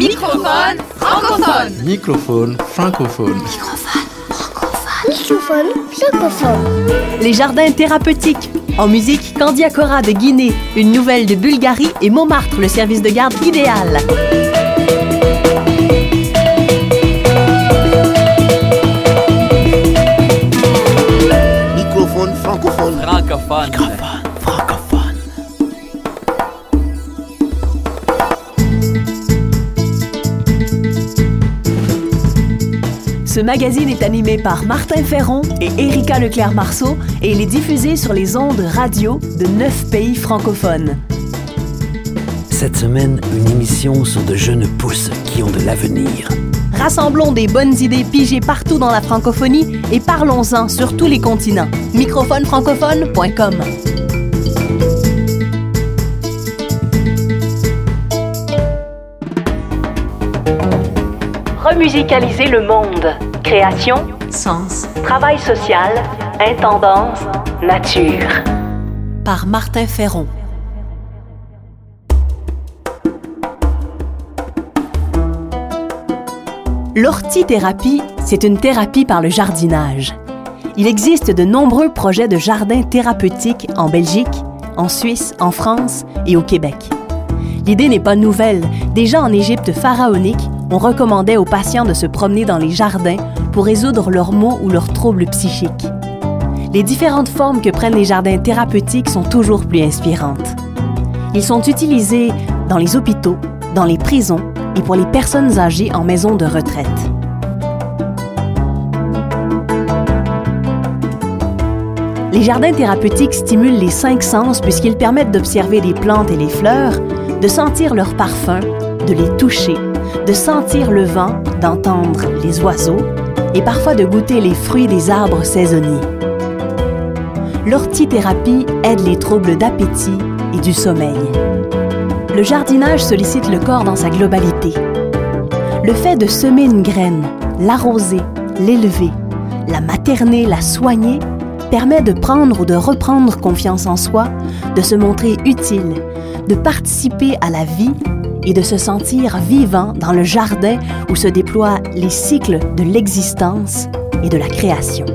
Microphone francophone. Microphone francophone. Microphone francophone. Les jardins thérapeutiques. En musique, Candia Cora de Guinée, une nouvelle de Bulgarie et Montmartre, le service de garde idéal. Microphone francophone. Francophone. Francophone. Ce magazine est animé par Martin Ferron et Erika Leclerc-Marceau et il est diffusé sur les ondes radio de 9 pays francophones. Cette semaine, une émission sur de jeunes pousses qui ont de l'avenir. Rassemblons des bonnes idées pigées partout dans la francophonie et parlons-en sur tous les continents. Microphonefrancophone.com. Remusicaliser le monde. Création, sens, travail social, intendance, nature. Par Martin Ferron. L'hortithérapie, c'est une thérapie par le jardinage. Il existe de nombreux projets de jardins thérapeutiques en Belgique, en Suisse, en France et au Québec. L'idée n'est pas nouvelle. Déjà en Égypte pharaonique, on recommandait aux patients de se promener dans les jardins pour résoudre leurs maux ou leurs troubles psychiques. Les différentes formes que prennent les jardins thérapeutiques sont toujours plus inspirantes. Ils sont utilisés dans les hôpitaux, dans les prisons et pour les personnes âgées en maison de retraite. Les jardins thérapeutiques stimulent les 5 sens puisqu'ils permettent d'observer les plantes et les fleurs, de sentir leur parfum, de les toucher, de sentir le vent, d'entendre les oiseaux et parfois de goûter les fruits des arbres saisonniers. L'hortithérapie aide les troubles d'appétit et du sommeil. Le jardinage sollicite le corps dans sa globalité. Le fait de semer une graine, l'arroser, l'élever, la materner, la soigner, permet de prendre ou de reprendre confiance en soi, de se montrer utile, de participer à la vie et de se sentir vivant dans le jardin où se déploient les cycles de l'existence et de la création.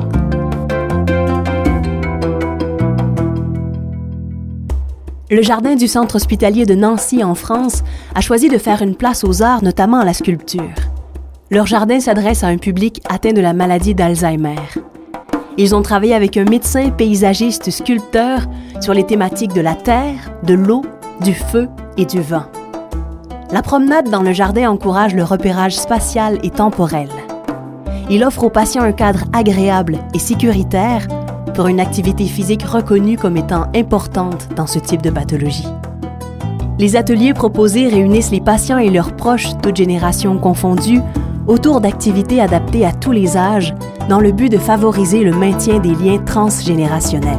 Le jardin du centre hospitalier de Nancy en France a choisi de faire une place aux arts, notamment à la sculpture. Leur jardin s'adresse à un public atteint de la maladie d'Alzheimer. Ils ont travaillé avec un médecin, paysagiste, sculpteur sur les thématiques de la terre, de l'eau, du feu et du vent. La promenade dans le jardin encourage le repérage spatial et temporel. Il offre aux patients un cadre agréable et sécuritaire pour une activité physique reconnue comme étant importante dans ce type de pathologie. Les ateliers proposés réunissent les patients et leurs proches, toutes générations confondues, autour d'activités adaptées à tous les âges, dans le but de favoriser le maintien des liens transgénérationnels.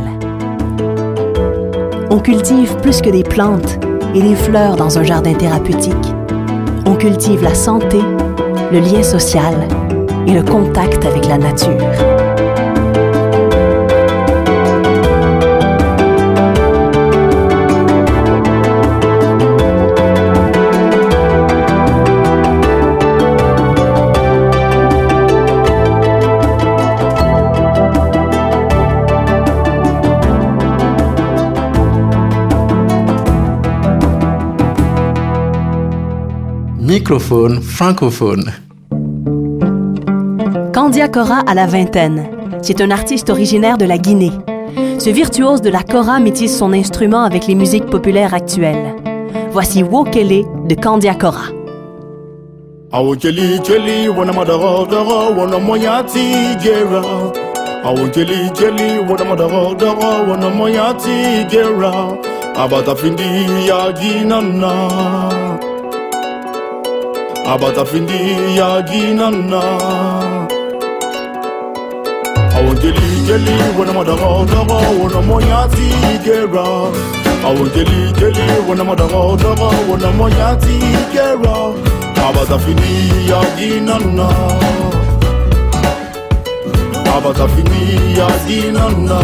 On cultive plus que des plantes et des fleurs dans un jardin thérapeutique. On cultive la santé, le lien social et le contact avec la nature. Microphone francophone. Candia Cora a la vingtaine. C'est un artiste originaire de la Guinée. Ce virtuose de la kora métisse son instrument avec les musiques populaires actuelles. Voici Wokele de Candia Cora. Awokeli keli wana madara wana moyati gera. Awokeli keli wana madara wana moyati gera. Abata findi ya ginana. Abata findi ya ginana. Awokeli wana madara wana moyati gera. Awokeli wana madara wana moyati gera. Abata fini ya ginana. Abata fini ya ginana.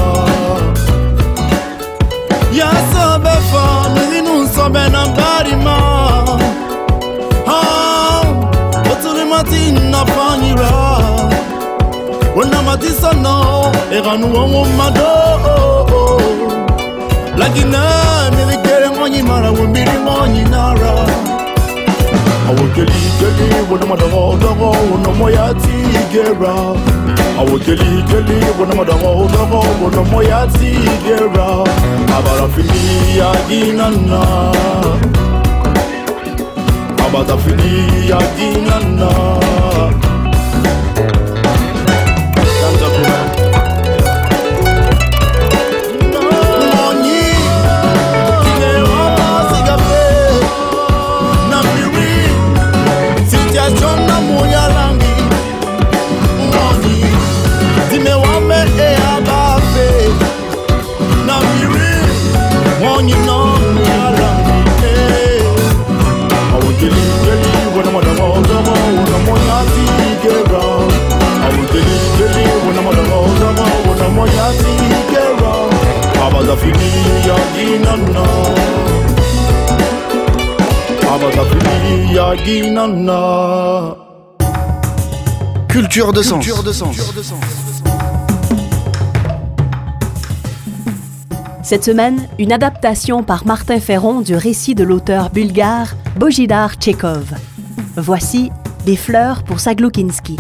Ya sabe fa, nunu sabe na barima. mati napanyira Wena mati sana Eranu wangu mado Lagina nilikere mwanyi mara Wembiri mwanyi nara Awakeli wena madago Wena moya tigera Awakeli wena madago Wena moya tigera Abara fini ya ginana Abata fini ya ginana Culture de sens. Cette semaine, une adaptation par Martin Ferron du récit de l'auteur bulgare Bojidar Tchekhov. Voici Des fleurs pour Sagloukinski.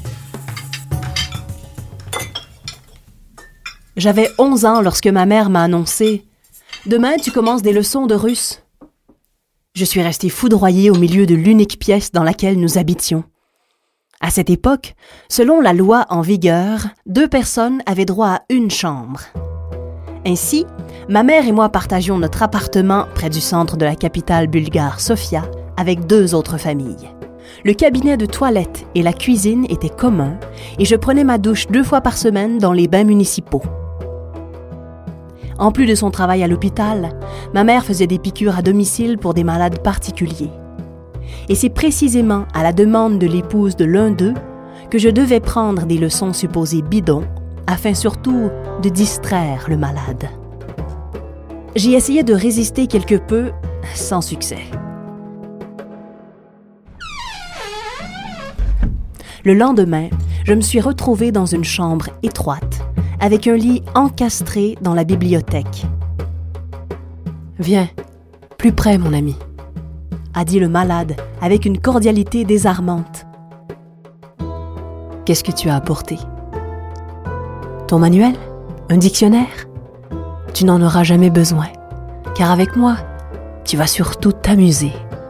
J'avais 11 ans lorsque ma mère m'a annoncé « Demain, tu commences des leçons de russe. » Je suis restée foudroyée au milieu de l'unique pièce dans laquelle nous habitions. À cette époque, selon la loi en vigueur, 2 personnes avaient droit à une chambre. Ainsi, ma mère et moi partagions notre appartement près du centre de la capitale bulgare Sofia avec 2 autres familles. Le cabinet de toilette et la cuisine étaient communs et je prenais ma douche 2 fois par semaine dans les bains municipaux. En plus de son travail à l'hôpital, ma mère faisait des piqûres à domicile pour des malades particuliers. Et c'est précisément à la demande de l'épouse de l'un d'eux que je devais prendre des leçons supposées bidons, afin surtout de distraire le malade. J'ai essayé de résister quelque peu, sans succès. Le lendemain, je me suis retrouvée dans une chambre étroite, avec un lit encastré dans la bibliothèque. « Viens, plus près, mon ami », a dit le malade avec une cordialité désarmante. « Qu'est-ce que tu as apporté ? Ton manuel ? Un dictionnaire ? Tu n'en auras jamais besoin, car avec moi, tu vas surtout t'amuser. »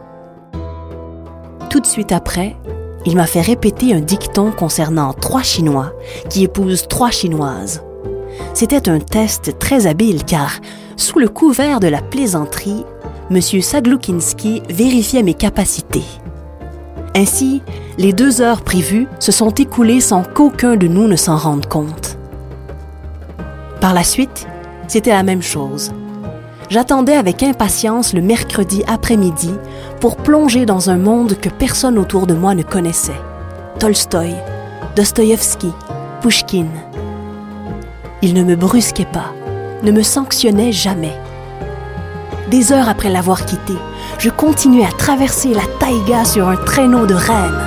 Tout de suite après, il m'a fait répéter un dicton concernant 3 Chinois qui épousent 3 Chinoises. C'était un test très habile car, sous le couvert de la plaisanterie, M. Sagloukinski vérifiait mes capacités. Ainsi, les 2 heures prévues se sont écoulées sans qu'aucun de nous ne s'en rende compte. Par la suite, c'était la même chose. J'attendais avec impatience le mercredi après-midi pour plonger dans un monde que personne autour de moi ne connaissait. Tolstoï, Dostoïevski, Pouchkine. Il ne me brusquait pas, ne me sanctionnait jamais. Des heures après l'avoir quitté, je continuais à traverser la taïga sur un traîneau de reine.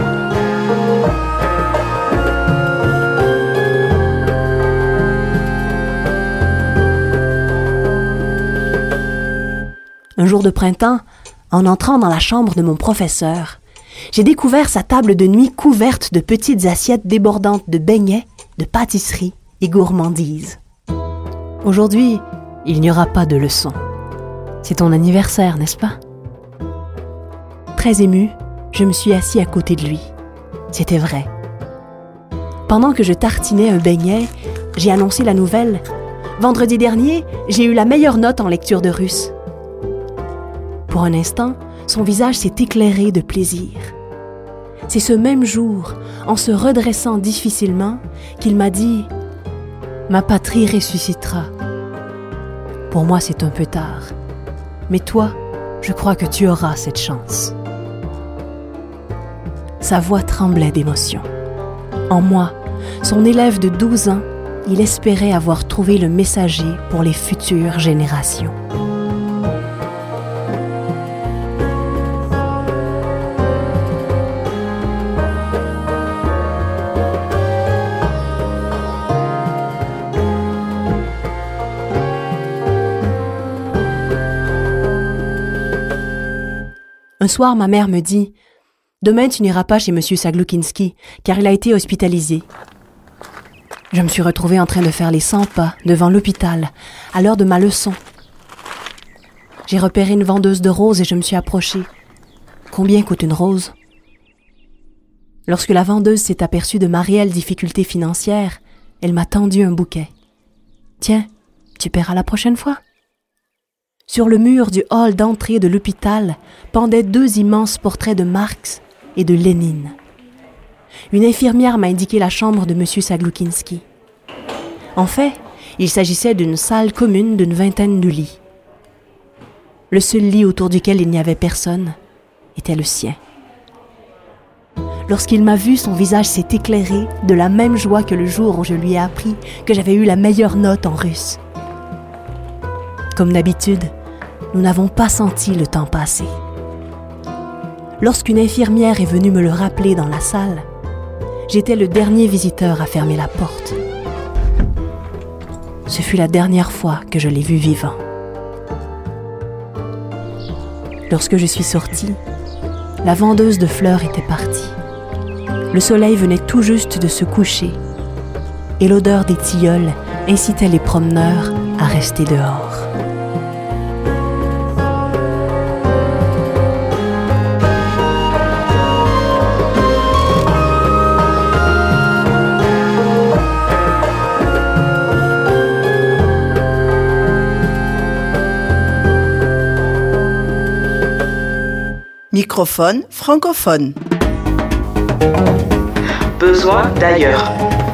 Un jour de printemps, en entrant dans la chambre de mon professeur, j'ai découvert sa table de nuit couverte de petites assiettes débordantes de beignets, de pâtisseries et gourmandises. Aujourd'hui, il n'y aura pas de leçon. C'est ton anniversaire, n'est-ce pas ? Très ému, je me suis assis à côté de lui. C'était vrai. Pendant que je tartinais un beignet, j'ai annoncé la nouvelle. Vendredi dernier, j'ai eu la meilleure note en lecture de russe. Pour un instant, son visage s'est éclairé de plaisir. C'est ce même jour, en se redressant difficilement, qu'il m'a dit « Ma patrie ressuscitera. » Pour moi, c'est un peu tard. Mais toi, je crois que tu auras cette chance. Sa voix tremblait d'émotion. En moi, son élève de 12 ans, il espérait avoir trouvé le messager pour les futures générations. soir, ma mère me dit « Demain, tu n'iras pas chez M. Sagloukinski, car il a été hospitalisé. » Je me suis retrouvée en train de faire les 100 pas devant l'hôpital, à l'heure de ma leçon. J'ai repéré une vendeuse de roses et je me suis approchée. Combien coûte une rose? Lorsque la vendeuse s'est aperçue de ma réelle difficulté financière, elle m'a tendu un bouquet. « Tiens, tu paieras la prochaine fois. » Sur le mur du hall d'entrée de l'hôpital pendaient 2 immenses portraits de Marx et de Lénine. Une infirmière m'a indiqué la chambre de M. Sagloukinski. En fait, il s'agissait d'une salle commune d'une 20aine de lits. Le seul lit autour duquel il n'y avait personne était le sien. Lorsqu'il m'a vu, son visage s'est éclairé de la même joie que le jour où je lui ai appris que j'avais eu la meilleure note en russe. Comme d'habitude, nous n'avons pas senti le temps passer. Lorsqu'une infirmière est venue me le rappeler dans la salle, j'étais le dernier visiteur à fermer la porte. Ce fut la dernière fois que je l'ai vu vivant. Lorsque je suis sortie, la vendeuse de fleurs était partie. Le soleil venait tout juste de se coucher et l'odeur des tilleuls incitait les promeneurs à rester dehors. Microphone francophone. Besoin d'ailleurs.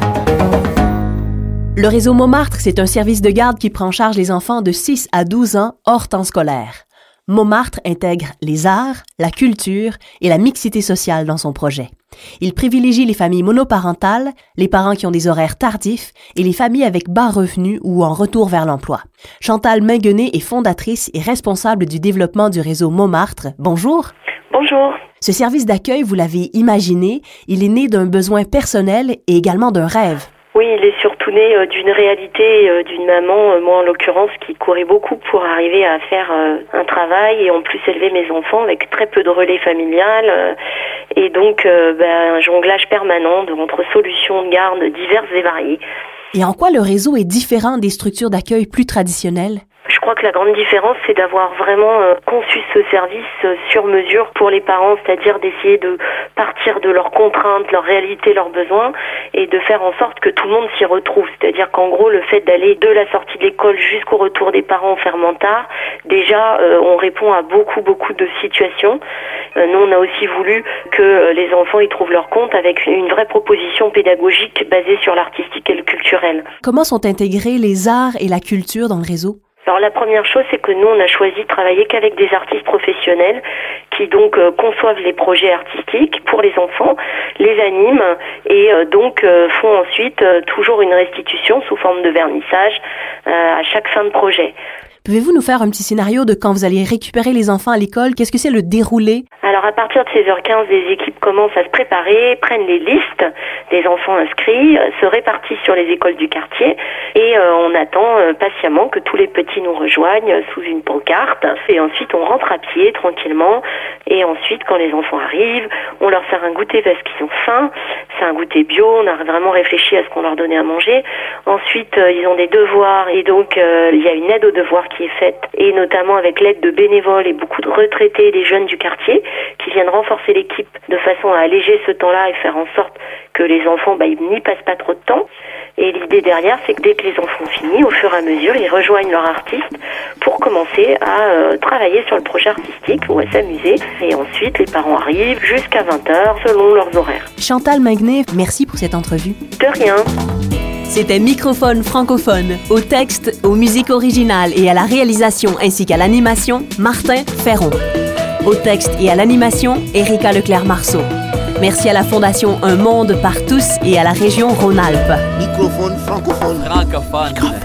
Le réseau Montmartre, c'est un service de garde qui prend en charge les enfants de 6 à 12 ans hors temps scolaire. Montmartre intègre les arts, la culture et la mixité sociale dans son projet. Il privilégie les familles monoparentales, les parents qui ont des horaires tardifs et les familles avec bas revenus ou en retour vers l'emploi. Chantal Minguenet est fondatrice et responsable du développement du réseau Montmartre. Bonjour. Bonjour. Ce service d'accueil, vous l'avez imaginé, il est né d'un besoin personnel et également d'un rêve. Oui, il est surtout né d'une réalité d'une maman, moi en l'occurrence, qui courait beaucoup pour arriver à faire un travail et en plus élever mes enfants avec très peu de relais familial et donc un jonglage permanent entre solutions de garde diverses et variées. Et en quoi le réseau est différent des structures d'accueil plus traditionnelles? Je crois que la grande différence, c'est d'avoir vraiment conçu ce service sur mesure pour les parents, c'est-à-dire d'essayer de partir de leurs contraintes, leurs réalités, leurs besoins, et de faire en sorte que tout le monde s'y retrouve. C'est-à-dire qu'en gros, le fait d'aller de la sortie de l'école jusqu'au retour des parents en fermant tard, déjà, on répond à beaucoup de situations. Nous, on a aussi voulu que les enfants y trouvent leur compte avec une vraie proposition pédagogique basée sur l'artistique et le culturel. Comment sont intégrés les arts et la culture dans le réseau? Alors la première chose, c'est que nous, on a choisi de travailler qu'avec des artistes professionnels qui donc conçoivent les projets artistiques pour les enfants, les animent et donc font ensuite toujours une restitution sous forme de vernissage à chaque fin de projet. Pouvez-vous nous faire un petit scénario de quand vous allez récupérer les enfants à l'école? Qu'est-ce que c'est le déroulé? Alors à partir de 16h15, les équipes commencent à se préparer, prennent les listes des enfants inscrits, se répartissent sur les écoles du quartier et on attend patiemment que tous les petits nous rejoignent sous une pancarte et ensuite on rentre à pied tranquillement et ensuite quand les enfants arrivent, on leur sert un goûter parce qu'ils ont faim, c'est un goûter bio, on a vraiment réfléchi à ce qu'on leur donnait à manger. Ensuite ils ont des devoirs et donc il y a une aide aux devoirs qui est faite et notamment avec l'aide de bénévoles et beaucoup de retraités et des jeunes du quartier qui viennent renforcer l'équipe de façon à alléger ce temps-là et faire en sorte que les enfants ils n'y passent pas trop de temps. Et l'idée derrière, c'est que dès que les enfants ont fini, au fur et à mesure, ils rejoignent leur artiste pour commencer à travailler sur le projet artistique ou à s'amuser. Et ensuite, les parents arrivent jusqu'à 20h selon leurs horaires. Chantal Minguenet, merci pour cette entrevue. De rien. C'était Microphone francophone. Au texte, aux musiques originales et à la réalisation ainsi qu'à l'animation, Martin Ferron. Au texte et à l'animation, Erika Leclerc-Marceau. Merci à la Fondation Un Monde par tous et à la région Rhône-Alpes. Microphone francophone. Francophone.